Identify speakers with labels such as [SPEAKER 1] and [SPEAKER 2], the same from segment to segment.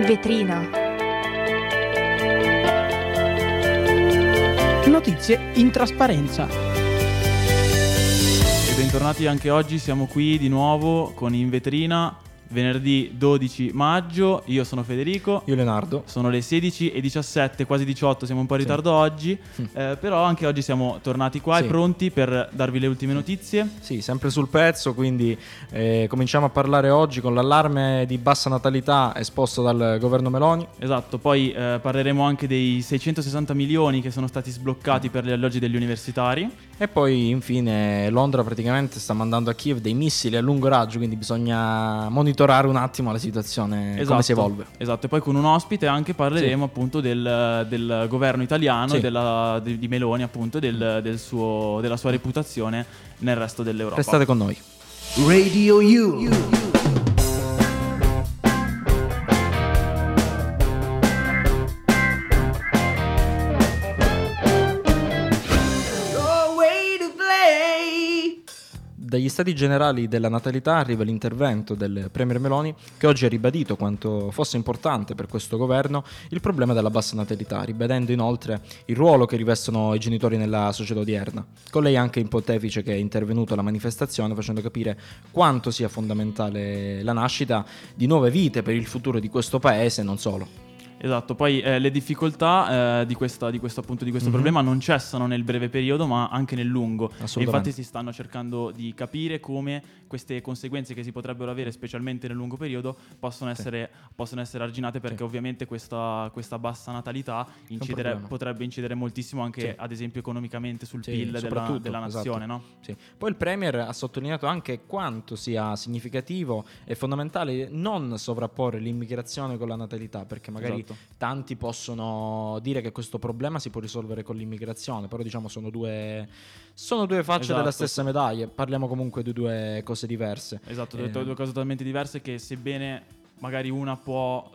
[SPEAKER 1] Vetrina.
[SPEAKER 2] Notizie in trasparenza.
[SPEAKER 3] E bentornati anche oggi, siamo qui di nuovo con In Vetrina, venerdì 12 maggio, io sono Federico.
[SPEAKER 4] Io Leonardo.
[SPEAKER 3] Sono le 16:17, quasi 18, siamo un po' in ritardo oggi, però anche oggi siamo tornati qua e pronti per darvi le ultime notizie.
[SPEAKER 4] Sì, sempre sul pezzo, quindi cominciamo a parlare oggi con l'allarme di bassa natalità esposto dal governo Meloni.
[SPEAKER 3] Esatto, poi parleremo anche dei 660 milioni che sono stati sbloccati per gli alloggi degli universitari.
[SPEAKER 4] E poi infine Londra praticamente sta mandando a Kiev dei missili a lungo raggio, quindi bisogna monitorare un attimo la situazione, come si evolve.
[SPEAKER 3] Esatto, e poi con un ospite anche parleremo appunto del governo italiano e di Meloni, appunto, della sua reputazione nel resto dell'Europa.
[SPEAKER 4] Restate con noi.
[SPEAKER 5] Radio U.
[SPEAKER 4] Dagli Stati Generali della Natalità arriva l'intervento del Premier Meloni, che oggi ha ribadito quanto fosse importante per questo governo il problema della bassa natalità, ribadendo inoltre il ruolo che rivestono i genitori nella società odierna. Con lei anche il pontefice che è intervenuto alla manifestazione facendo capire quanto sia fondamentale la nascita di nuove vite per il futuro di questo paese e non solo.
[SPEAKER 3] Esatto, poi le difficoltà di questo problema non cessano nel breve periodo ma anche nel lungo. E infatti si stanno cercando di capire come queste conseguenze che si potrebbero avere specialmente nel lungo periodo possono essere arginate, perché ovviamente questa bassa natalità potrebbe incidere moltissimo anche ad esempio economicamente sul PIL della nazione. No?
[SPEAKER 4] Sì. Poi il Premier ha sottolineato anche quanto sia significativo e fondamentale non sovrapporre l'immigrazione con la natalità, perché magari tanti possono dire che questo problema si può risolvere con l'immigrazione, però diciamo sono due facce della stessa medaglia, parliamo comunque di due cose diverse.
[SPEAKER 3] Esatto, due cose totalmente diverse che, sebbene magari una può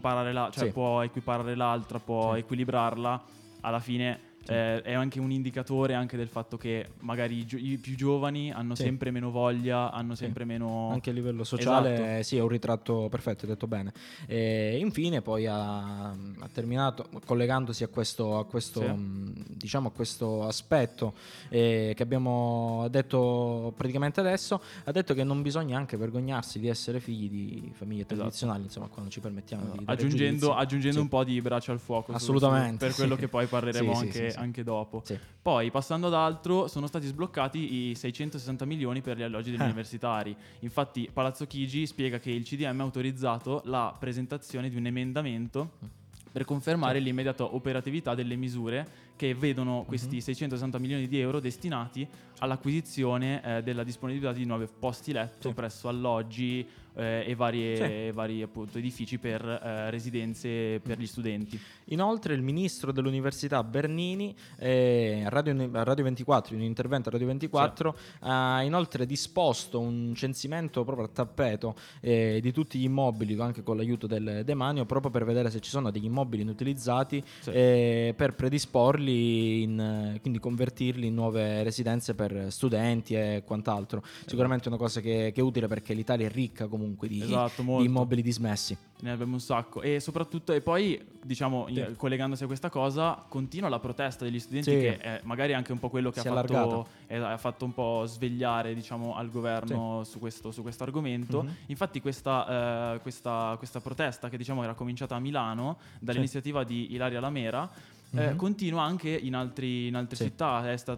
[SPEAKER 3] può equiparare l'altra, può equilibrarla, alla fine è anche un indicatore anche del fatto che magari i più giovani hanno sempre meno voglia, hanno sempre meno...
[SPEAKER 4] Anche a livello sociale è un ritratto perfetto, hai detto bene. E infine poi ha terminato collegandosi a questo diciamo a questo aspetto che abbiamo detto praticamente adesso, ha detto che non bisogna anche vergognarsi di essere figli di famiglie tradizionali, insomma, quando ci permettiamo di dare
[SPEAKER 3] aggiungendo un po' di braccio al fuoco
[SPEAKER 4] assolutamente
[SPEAKER 3] per quello che poi parleremo anche dopo. Poi, passando ad altro, sono stati sbloccati i 660 milioni per gli alloggi degli universitari. Infatti Palazzo Chigi spiega che il CDM ha autorizzato la presentazione di un emendamento per confermare l'immediata operatività delle misure che vedono questi 660 milioni di euro destinati all'acquisizione della disponibilità di nuovi posti letto presso alloggi e vari appunto edifici per residenze per gli studenti.
[SPEAKER 4] Inoltre il ministro dell'università Bernini a Radio 24, in un intervento a Radio 24, ha inoltre disposto un censimento proprio a tappeto di tutti gli immobili, anche con l'aiuto del demanio, proprio per vedere se ci sono degli immobili inutilizzati per predisporli quindi convertirli in nuove residenze per studenti e quant'altro. Sicuramente è una cosa che è utile, perché l'Italia è ricca comunque di immobili dismessi.
[SPEAKER 3] Ne abbiamo un sacco, e soprattutto, e poi diciamo collegandosi a questa cosa, continua la protesta degli studenti, che è magari anche un po' quello che ha fatto un po' svegliare, diciamo, al governo su questo argomento. Infatti questa protesta, che diciamo era cominciata a Milano dall'iniziativa di Ilaria Lamera, continua anche in altre città.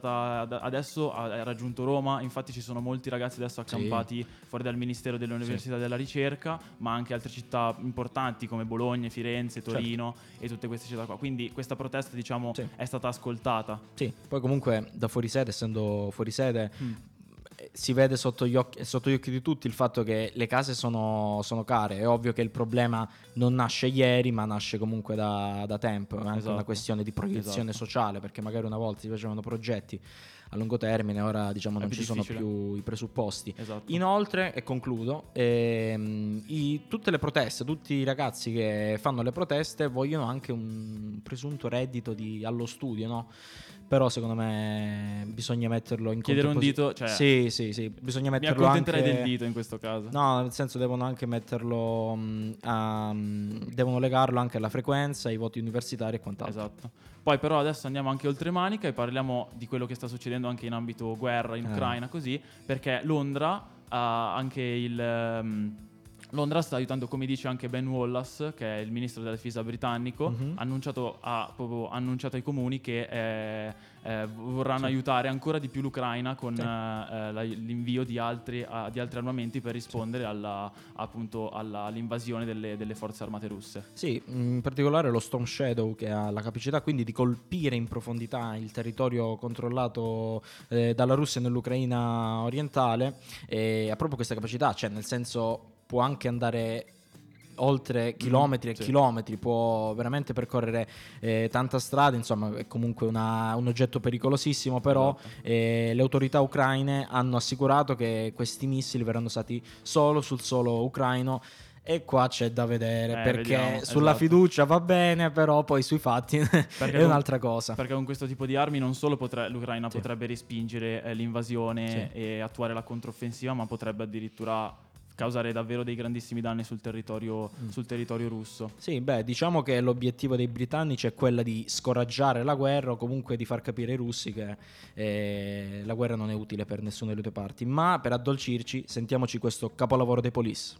[SPEAKER 3] Adesso ha raggiunto Roma. Infatti ci sono molti ragazzi adesso accampati fuori dal Ministero dell'Università e della Ricerca, ma anche altre città importanti come Bologna, Firenze, Torino e tutte queste città qua. Quindi questa protesta, diciamo, è stata ascoltata.
[SPEAKER 4] Poi comunque da fuorisede, essendo fuorisede, si vede sotto gli occhi di tutti il fatto che le case sono care. È ovvio che il problema non nasce ieri, ma nasce comunque da tempo. È anche una questione di proiezione sociale, perché magari una volta si facevano progetti a lungo termine, ora diciamo non ci sono più i presupposti.
[SPEAKER 3] Esatto.
[SPEAKER 4] Inoltre, e concludo, tutte le proteste, tutti i ragazzi che fanno le proteste vogliono anche un presunto reddito allo studio, no? Però secondo me bisogna metterlo in
[SPEAKER 3] chiedere un dito, cioè
[SPEAKER 4] sì, bisogna metterlo.
[SPEAKER 3] Mi accontenterei
[SPEAKER 4] anche
[SPEAKER 3] del dito in questo caso.
[SPEAKER 4] No, nel senso devono anche metterlo devono legarlo anche alla frequenza, ai voti universitari e quant'altro.
[SPEAKER 3] Esatto. Poi però adesso andiamo anche oltre manica e parliamo di quello che sta succedendo anche in ambito guerra in Ucraina, così, perché Londra ha anche Londra sta aiutando, come dice anche Ben Wallace, che è il ministro della difesa britannico, ha proprio annunciato ai comuni che vorranno aiutare ancora di più l'Ucraina con l'invio di altri armamenti per rispondere all'invasione delle forze armate russe. Sì,
[SPEAKER 4] in particolare lo Storm Shadow, che ha la capacità quindi di colpire in profondità il territorio controllato dalla Russia nell'Ucraina orientale, ha proprio questa capacità, cioè nel senso può anche andare oltre chilometri e chilometri, può veramente percorrere tanta strada, insomma è comunque un oggetto pericolosissimo, però le autorità ucraine hanno assicurato che questi missili verranno usati solo sul suolo ucraino. E qua c'è da vedere, perché
[SPEAKER 3] vediamo,
[SPEAKER 4] sulla fiducia va bene, però poi sui fatti è un'altra cosa.
[SPEAKER 3] Perché con questo tipo di armi non solo l'Ucraina potrebbe respingere l'invasione e attuare la controffensiva, ma potrebbe addirittura causare davvero dei grandissimi danni sul territorio russo. Sì,
[SPEAKER 4] diciamo che l'obiettivo dei britannici è quella di scoraggiare la guerra, o comunque di far capire ai russi che la guerra non è utile per nessuna delle due parti. Ma per addolcirci, sentiamoci questo capolavoro dei Police.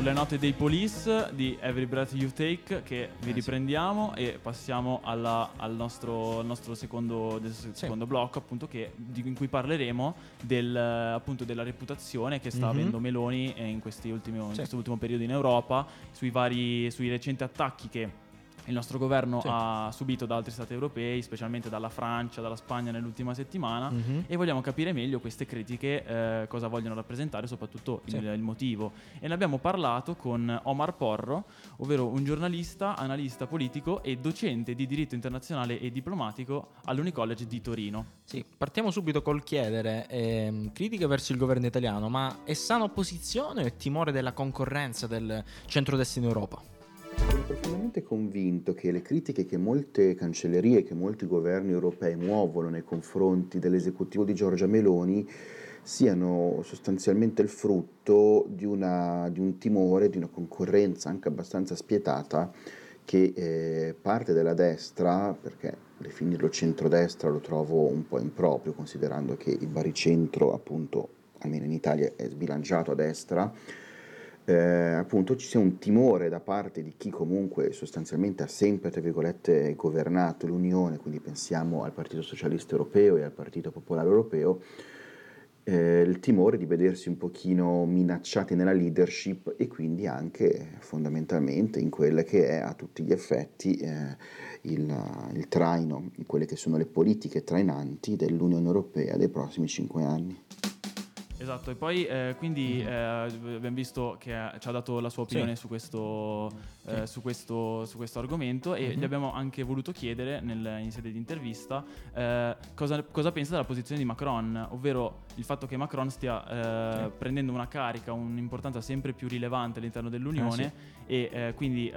[SPEAKER 3] sulle note dei Police di Every Breath You Take, che vi riprendiamo e passiamo al nostro secondo blocco, appunto, in cui parleremo appunto della reputazione che sta avendo Meloni in questo ultimo periodo in Europa, sui recenti attacchi che il nostro governo ha subito da altri stati europei, specialmente dalla Francia, dalla Spagna nell'ultima settimana, e vogliamo capire meglio queste critiche, cosa vogliono rappresentare, soprattutto il motivo. E ne abbiamo parlato con Omar Porro, ovvero un giornalista, analista politico e docente di diritto internazionale e diplomatico all'Uni College di Torino.
[SPEAKER 4] Sì, partiamo subito col chiedere critiche verso il governo italiano, ma è sana opposizione o è timore della concorrenza del centrodestra in Europa?
[SPEAKER 1] Sono profondamente convinto che le critiche che molte cancellerie, che molti governi europei muovono nei confronti dell'esecutivo di Giorgia Meloni siano sostanzialmente il frutto di un timore, di una concorrenza anche abbastanza spietata che parte dalla destra, perché definirlo centrodestra lo trovo un po' improprio, considerando che il baricentro, appunto, almeno in Italia, è sbilanciato a destra. Appunto ci sia un timore da parte di chi comunque sostanzialmente ha sempre, tra virgolette, governato l'Unione, quindi pensiamo al Partito Socialista Europeo e al Partito Popolare Europeo, il timore di vedersi un pochino minacciati nella leadership e quindi anche fondamentalmente in quelle che è a tutti gli effetti il traino, in quelle che sono le politiche trainanti dell'Unione Europea dei prossimi 5 anni.
[SPEAKER 3] Esatto, e poi quindi abbiamo visto che ci ha dato la sua opinione su questo argomento, e gli abbiamo anche voluto chiedere in sede di intervista cosa pensa della posizione di Macron, ovvero il fatto che Macron stia prendendo una carica, un'importanza sempre più rilevante all'interno dell'Unione, e quindi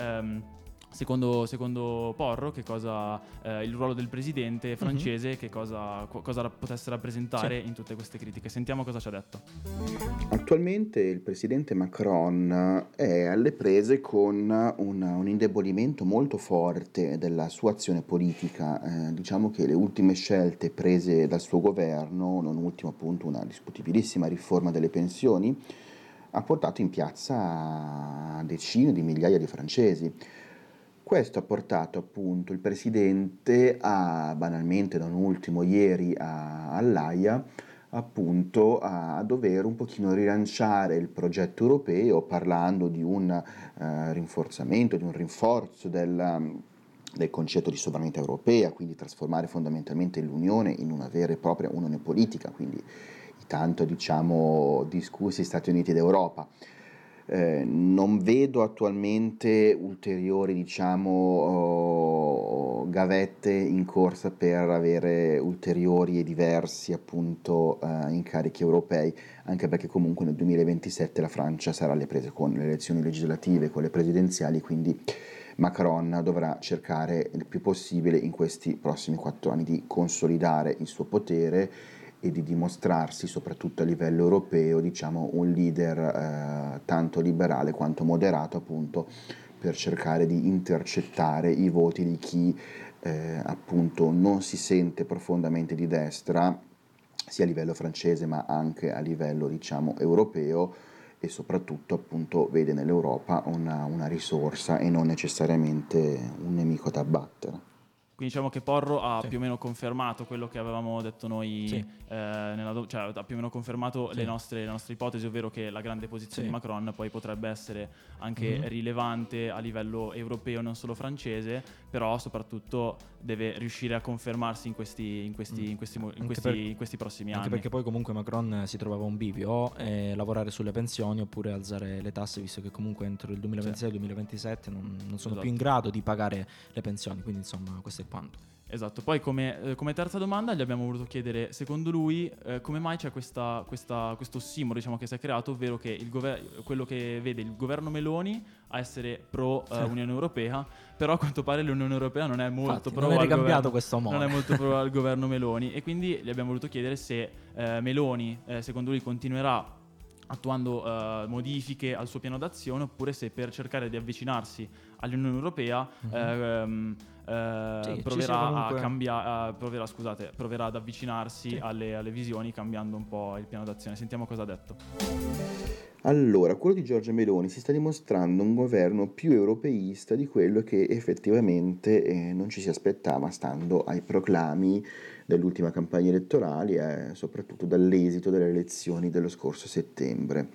[SPEAKER 3] Secondo Porro, che cosa il ruolo del presidente francese, che cosa potesse rappresentare in tutte queste critiche. Sentiamo cosa ci ha detto.
[SPEAKER 1] Attualmente il presidente Macron è alle prese con un indebolimento molto forte della sua azione politica. Diciamo che le ultime scelte prese dal suo governo, non ultimo appunto una discutibilissima riforma delle pensioni, ha portato in piazza decine di migliaia di francesi. Questo ha portato appunto il presidente banalmente non ultimo ieri all'Aia, appunto a dover un pochino rilanciare il progetto europeo, parlando di un rinforzamento, di un rinforzo del concetto di sovranità europea, quindi trasformare fondamentalmente l'Unione in una vera e propria unione politica, quindi i tanto discussi Stati Uniti d'Europa. Non vedo attualmente ulteriori gavette in corsa per avere ulteriori e diversi appunto incarichi europei, anche perché comunque nel 2027 la Francia sarà alle prese con le elezioni legislative, con le presidenziali, quindi Macron dovrà cercare il più possibile in questi prossimi 4 anni di consolidare il suo potere e di dimostrarsi soprattutto a livello europeo, un leader tanto liberale quanto moderato, appunto, per cercare di intercettare i voti di chi appunto non si sente profondamente di destra, sia a livello francese ma anche a livello europeo, e soprattutto appunto vede nell'Europa una risorsa e non necessariamente un nemico da abbattere.
[SPEAKER 3] Quindi diciamo che Porro ha più o meno confermato quello che avevamo detto noi, ha più o meno confermato le nostre ipotesi, ovvero che la grande posizione di Macron poi potrebbe essere anche rilevante a livello europeo, non solo francese, però soprattutto deve riuscire a confermarsi in questi prossimi anni.
[SPEAKER 4] Anche perché poi comunque Macron si trovava un bivio, o lavorare sulle pensioni oppure alzare le tasse, visto che comunque entro il 2026-2027 non sono più in grado di pagare le pensioni, quindi insomma questo è quanto.
[SPEAKER 3] Esatto, poi come terza domanda gli abbiamo voluto chiedere, secondo lui, come mai c'è questo ossimoro che si è creato, ovvero che quello che vede il governo Meloni a essere pro Unione Europea, però a quanto pare l'Unione Europea non è molto pro
[SPEAKER 4] non è
[SPEAKER 3] al
[SPEAKER 4] ricambiato
[SPEAKER 3] governo,
[SPEAKER 4] questo amore.
[SPEAKER 3] non è molto pro al governo Meloni, e quindi gli abbiamo voluto chiedere se Meloni, secondo lui, continuerà attuando modifiche al suo piano d'azione, oppure se per cercare di avvicinarsi all'Unione Europea proverà ad avvicinarsi alle visioni, cambiando un po' il piano d'azione. Sentiamo cosa ha detto.
[SPEAKER 1] Allora, quello di Giorgia Meloni si sta dimostrando un governo più europeista di quello che effettivamente non ci si aspettava, stando ai proclami dell'ultima campagna elettorale e soprattutto dall'esito delle elezioni dello scorso settembre.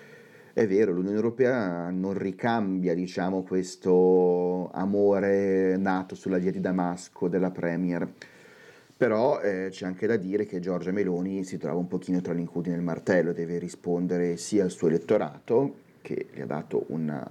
[SPEAKER 1] È vero, l'Unione Europea non ricambia, diciamo, questo amore nato sulla via di Damasco della Premier. Però c'è anche da dire che Giorgia Meloni si trova un pochino tra l'incudine e il martello, deve rispondere sia al suo elettorato, che gli ha dato una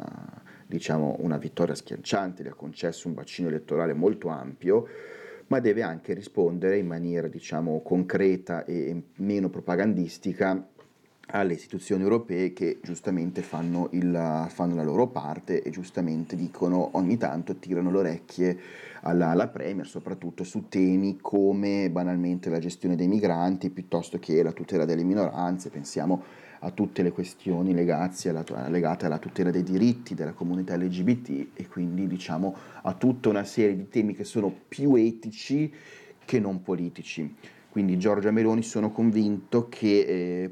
[SPEAKER 1] vittoria schiacciante, gli ha concesso un bacino elettorale molto ampio, ma deve anche rispondere in maniera, diciamo, concreta e meno propagandistica alle istituzioni europee, che giustamente fanno la loro parte e giustamente dicono, ogni tanto tirano le orecchie alla Premier, soprattutto su temi come banalmente la gestione dei migranti piuttosto che la tutela delle minoranze. Pensiamo a tutte le questioni legate alla tutela dei diritti della comunità LGBT e quindi, diciamo, a tutta una serie di temi che sono più etici che non politici. Quindi Giorgia Meloni, sono convinto che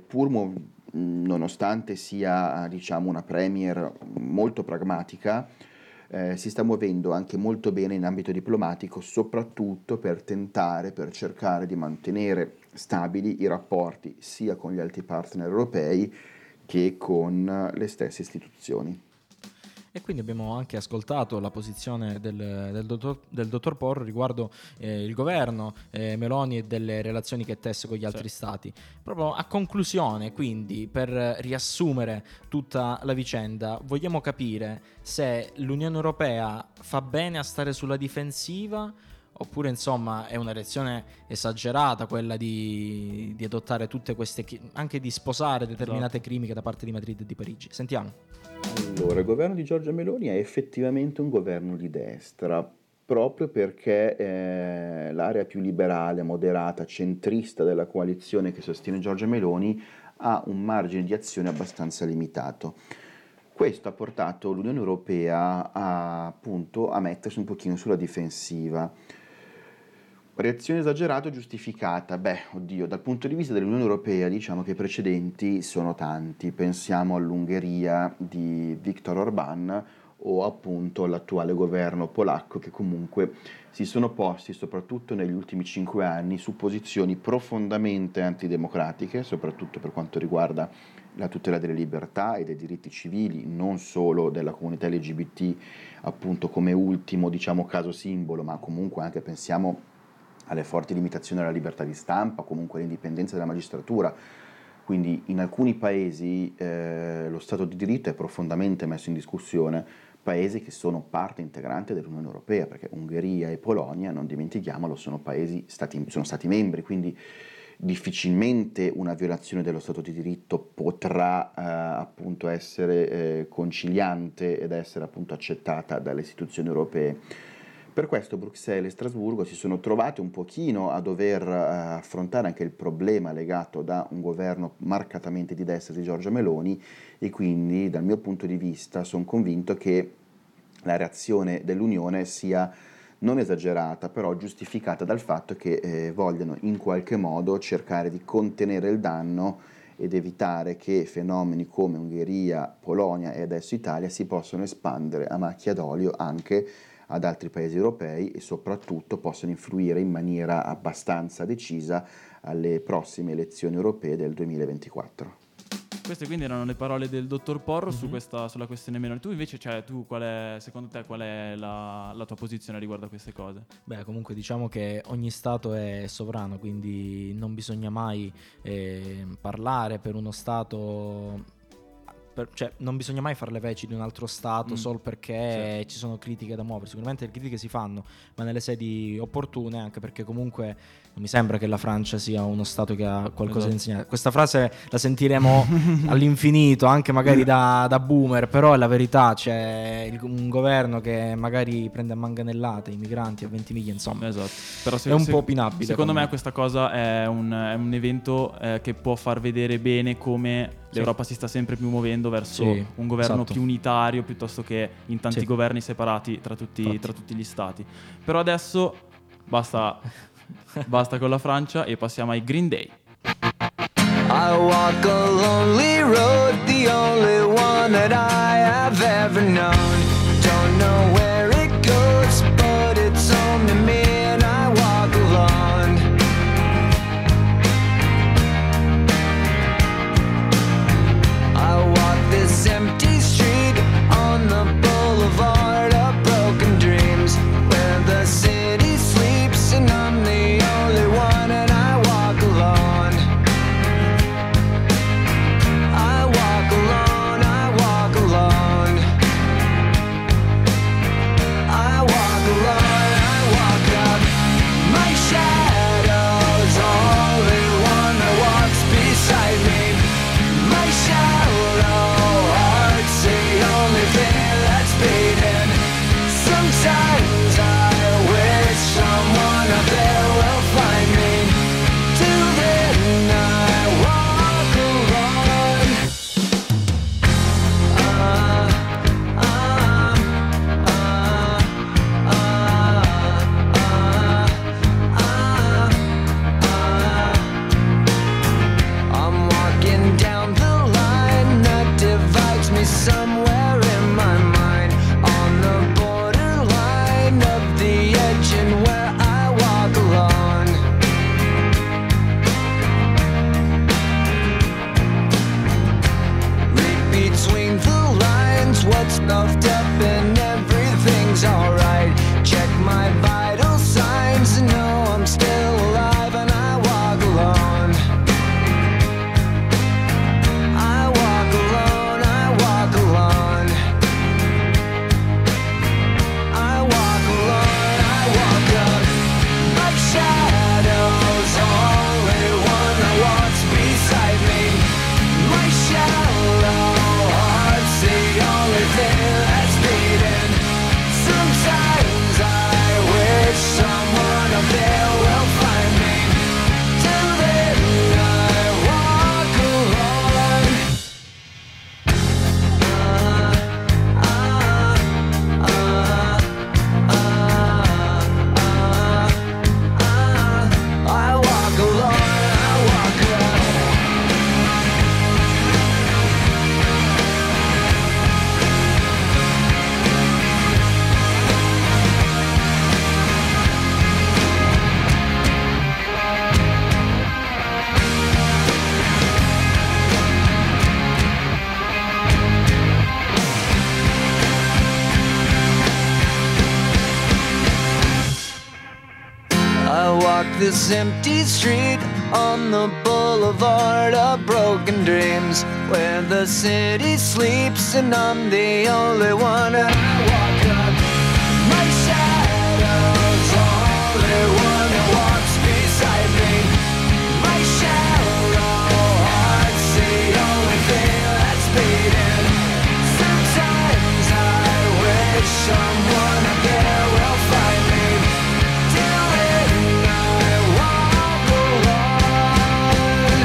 [SPEAKER 1] nonostante sia, diciamo, una premier molto pragmatica, si sta muovendo anche molto bene in ambito diplomatico, soprattutto per cercare di mantenere stabili i rapporti sia con gli altri partner europei che con le stesse istituzioni.
[SPEAKER 4] E quindi abbiamo anche ascoltato la posizione del dottor Porro riguardo il governo Meloni e delle relazioni che tesse con gli altri stati. Proprio a conclusione, quindi, per riassumere tutta la vicenda, vogliamo capire se l'Unione Europea fa bene a stare sulla difensiva, oppure insomma è una reazione esagerata quella di adottare tutte queste, anche di sposare determinate critiche da parte di Madrid e di Parigi. Sentiamo.
[SPEAKER 1] Allora, il governo di Giorgia Meloni è effettivamente un governo di destra, proprio perché l'area più liberale, moderata, centrista della coalizione che sostiene Giorgia Meloni ha un margine di azione abbastanza limitato. Questo ha portato l'Unione Europea appunto a mettersi un pochino sulla difensiva. Reazione esagerata o giustificata? Dal punto di vista dell'Unione Europea diciamo che i precedenti sono tanti. Pensiamo all'Ungheria di Viktor Orbán o appunto all'attuale governo polacco, che comunque si sono posti soprattutto negli ultimi 5 anni su posizioni profondamente antidemocratiche, soprattutto per quanto riguarda la tutela delle libertà e dei diritti civili, non solo della comunità LGBT appunto come ultimo, diciamo, caso simbolo, ma comunque anche pensiamo alle forti limitazioni alla libertà di stampa, comunque all'indipendenza della magistratura. Quindi in alcuni paesi lo Stato di diritto è profondamente messo in discussione, paesi che sono parte integrante dell'Unione Europea, perché Ungheria e Polonia, non dimentichiamolo, sono stati membri, quindi difficilmente una violazione dello Stato di diritto potrà appunto essere conciliante ed essere appunto accettata dalle istituzioni europee. Per questo Bruxelles e Strasburgo si sono trovate un pochino a dover affrontare anche il problema legato da un governo marcatamente di destra di Giorgia Meloni, e quindi dal mio punto di vista sono convinto che la reazione dell'Unione sia non esagerata, però giustificata dal fatto che vogliono in qualche modo cercare di contenere il danno ed evitare che fenomeni come Ungheria, Polonia e adesso Italia si possano espandere a macchia d'olio anche ad altri paesi europei e soprattutto possono influire in maniera abbastanza decisa alle prossime elezioni europee del 2024.
[SPEAKER 3] Queste quindi erano le parole del dottor Porro sulla questione Meloni. Tu invece, secondo te qual è la tua posizione riguardo a queste cose?
[SPEAKER 4] Comunque diciamo che ogni Stato è sovrano, quindi non bisogna mai parlare per uno Stato... non bisogna mai fare le veci di un altro Stato solo perché ci sono critiche da muovere. Sicuramente le critiche si fanno, ma nelle sedi opportune, anche perché comunque non mi sembra che la Francia sia uno Stato che ha qualcosa da insegnare. Questa frase la sentiremo all'infinito, anche magari da boomer, però è la verità. C'è un governo che magari prende a manganellate i migranti a 20 miglia, insomma.
[SPEAKER 3] Esatto. Però
[SPEAKER 4] è un po' opinabile.
[SPEAKER 3] Secondo me questa cosa è un evento che può far vedere bene come l'Europa si sta sempre più muovendo verso un governo più unitario, piuttosto che in tanti governi separati tra tutti gli stati. Però adesso basta con la Francia e passiamo ai Green Day.
[SPEAKER 6] I walk a lonely road, the only one that I have ever known. Don't know where it goes, but it's home to me, and I walk alone. I walk this empty street on the boulevard of broken dreams, where the city sleeps and I'm the only one, and I walk alone. I walk alone, I walk alone. I walk alone, I walk up. My shadow's only one that walks beside me. My shallow heart's the only thing that's beating. Sometimes I wish someone up there will find me. Till then I walk alone. I'm walking down the line that divides me somewhere in my mind, on the borderline of the edge and where I walk alone. Read between the lines what's left up and everything's alright. Check my vital signs and know I'm still alive, and I walk alone. I walk alone, I walk alone. I walk alone, I walk up. My shadow's only one that walks beside me. My shallow heart's the only thing that's beating. Sometimes I wish someone up there will find me. Till then I walk alone. I walk alone, I walk alone. I walk this empty street on the boulevard of broken dreams, where the city sleeps and I'm the only one, and I walk up. My shadow's only one that walks beside me. My shallow heart's the only thing that's beating. Sometimes I wish someone up there will find me. Till then I walk alone.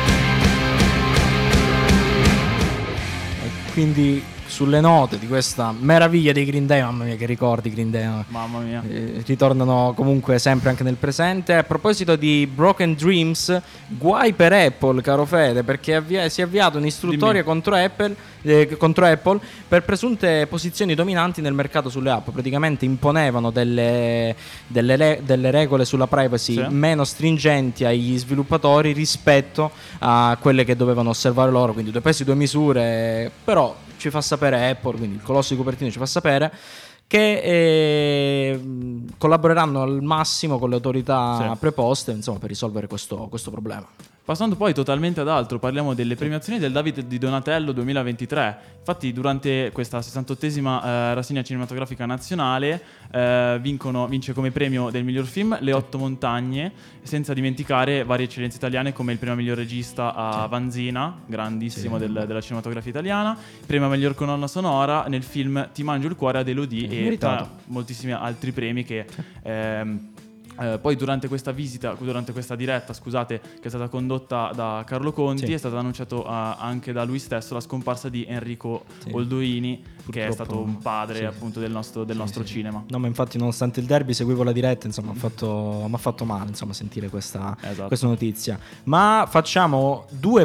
[SPEAKER 4] Quindi sulle note di questa meraviglia dei Green Day, mamma mia che ricordi Green Day,
[SPEAKER 3] Mamma mia.
[SPEAKER 4] ritornano comunque sempre anche nel presente. A proposito di Broken Dreams, guai per Apple, caro Fede, perché si è avviata un'istruttoria contro Apple per presunte posizioni dominanti nel mercato sulle app. Praticamente imponevano delle regole sulla privacy,
[SPEAKER 3] sì,
[SPEAKER 4] meno stringenti agli sviluppatori rispetto a quelle che dovevano osservare loro, quindi due pesi due misure. Però ci fa sapere Apple, quindi il colosso di Cupertino ci fa sapere che collaboreranno al massimo con le autorità preposte, insomma, per risolvere questo problema.
[SPEAKER 3] Passando poi totalmente ad altro, parliamo delle premiazioni del David di Donatello 2023. Infatti durante questa 68esima rassegna cinematografica nazionale vince come premio del miglior film Le Otto Montagne, senza dimenticare varie eccellenze italiane come il premio miglior regista a Vanzina, grandissimo della cinematografia italiana, il premio miglior colonna sonora nel film Ti mangio il cuore ad Elodie, e tra moltissimi altri premi che Poi durante questa diretta, scusate, che è stata condotta da Carlo Conti, è stato annunciato anche da lui stesso la scomparsa di Enrico Oldoini, purtroppo, che è stato un padre appunto del nostro cinema.
[SPEAKER 4] No, ma infatti nonostante il derby seguivo la diretta, insomma, mi ha fatto male, insomma, sentire questa notizia. Ma facciamo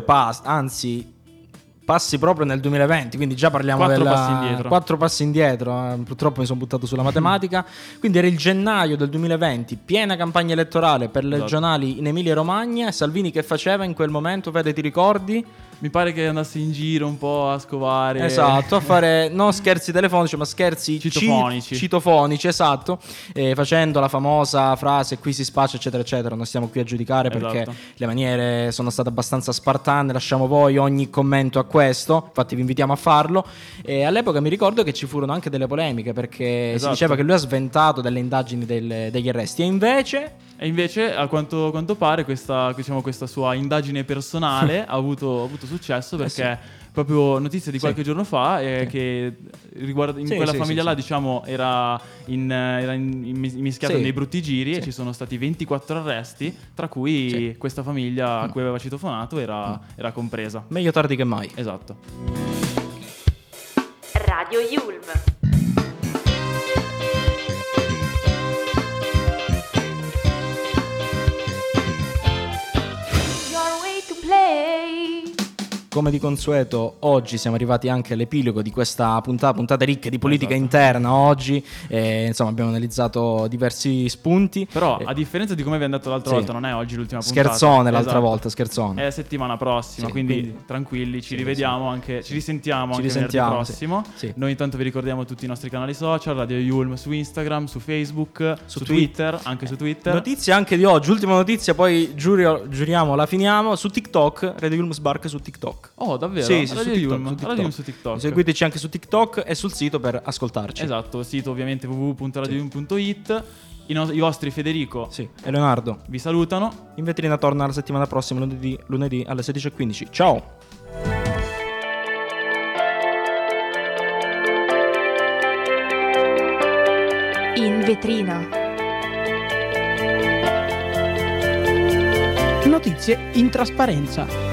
[SPEAKER 4] passi proprio nel 2020, quindi già parliamo 4 passi indietro. Purtroppo mi sono buttato sulla matematica. Quindi era il gennaio del 2020, piena campagna elettorale per le regionali in Emilia Romagna. Salvini che faceva in quel momento, Fede, ti ricordi?
[SPEAKER 3] Mi pare che andassi in giro un po' a scovare.
[SPEAKER 4] Esatto, a fare non scherzi telefonici, ma scherzi citofonici, esatto, facendo la famosa frase "qui si spaccia", eccetera eccetera. Non stiamo qui a giudicare perché le maniere sono state abbastanza spartane, lasciamo voi ogni commento a questo, infatti vi invitiamo a farlo. E all'epoca mi ricordo che ci furono anche delle polemiche perché si diceva che lui ha sventato delle indagini degli arresti, e invece a quanto pare questa sua indagine personale ha avuto successo, perché proprio notizia di qualche giorno fa che riguarda quella famiglia là, diciamo, era mischiata nei brutti giri, e ci sono stati 24 arresti, tra cui questa famiglia a cui aveva citofonato era compresa. Meglio tardi che mai.
[SPEAKER 3] Esatto.
[SPEAKER 7] Radio Yulm.
[SPEAKER 4] Come di consueto, oggi siamo arrivati anche all'epilogo di questa puntata ricca di politica interna. Oggi insomma abbiamo analizzato diversi spunti.
[SPEAKER 3] Però a differenza di come abbiamo detto l'altra volta, non è oggi l'ultima puntata.
[SPEAKER 4] Scherzone l'altra volta, scherzone.
[SPEAKER 3] È la settimana prossima, quindi tranquilli, ci rivediamo anche, ci risentiamo anche venerdì prossimo. Noi intanto vi ricordiamo tutti i nostri canali social, Radio Yulm su Instagram, su Facebook, su Twitter, anche su Twitter.
[SPEAKER 4] Notizie anche di oggi, ultima notizia, poi giuriamo la finiamo, su TikTok, Radio Yulm Sbark su TikTok.
[SPEAKER 3] Oh, davvero?
[SPEAKER 4] Sì,
[SPEAKER 3] Radio Yulm su TikTok.
[SPEAKER 4] Seguiteci anche su TikTok e sul sito per ascoltarci.
[SPEAKER 3] Esatto, sito ovviamente www.radioyulm.it. I vostri Federico
[SPEAKER 4] e Leonardo
[SPEAKER 3] vi salutano.
[SPEAKER 4] In vetrina torna la settimana prossima, lunedì alle 16:15. Ciao.
[SPEAKER 7] In vetrina.
[SPEAKER 2] Notizie in trasparenza.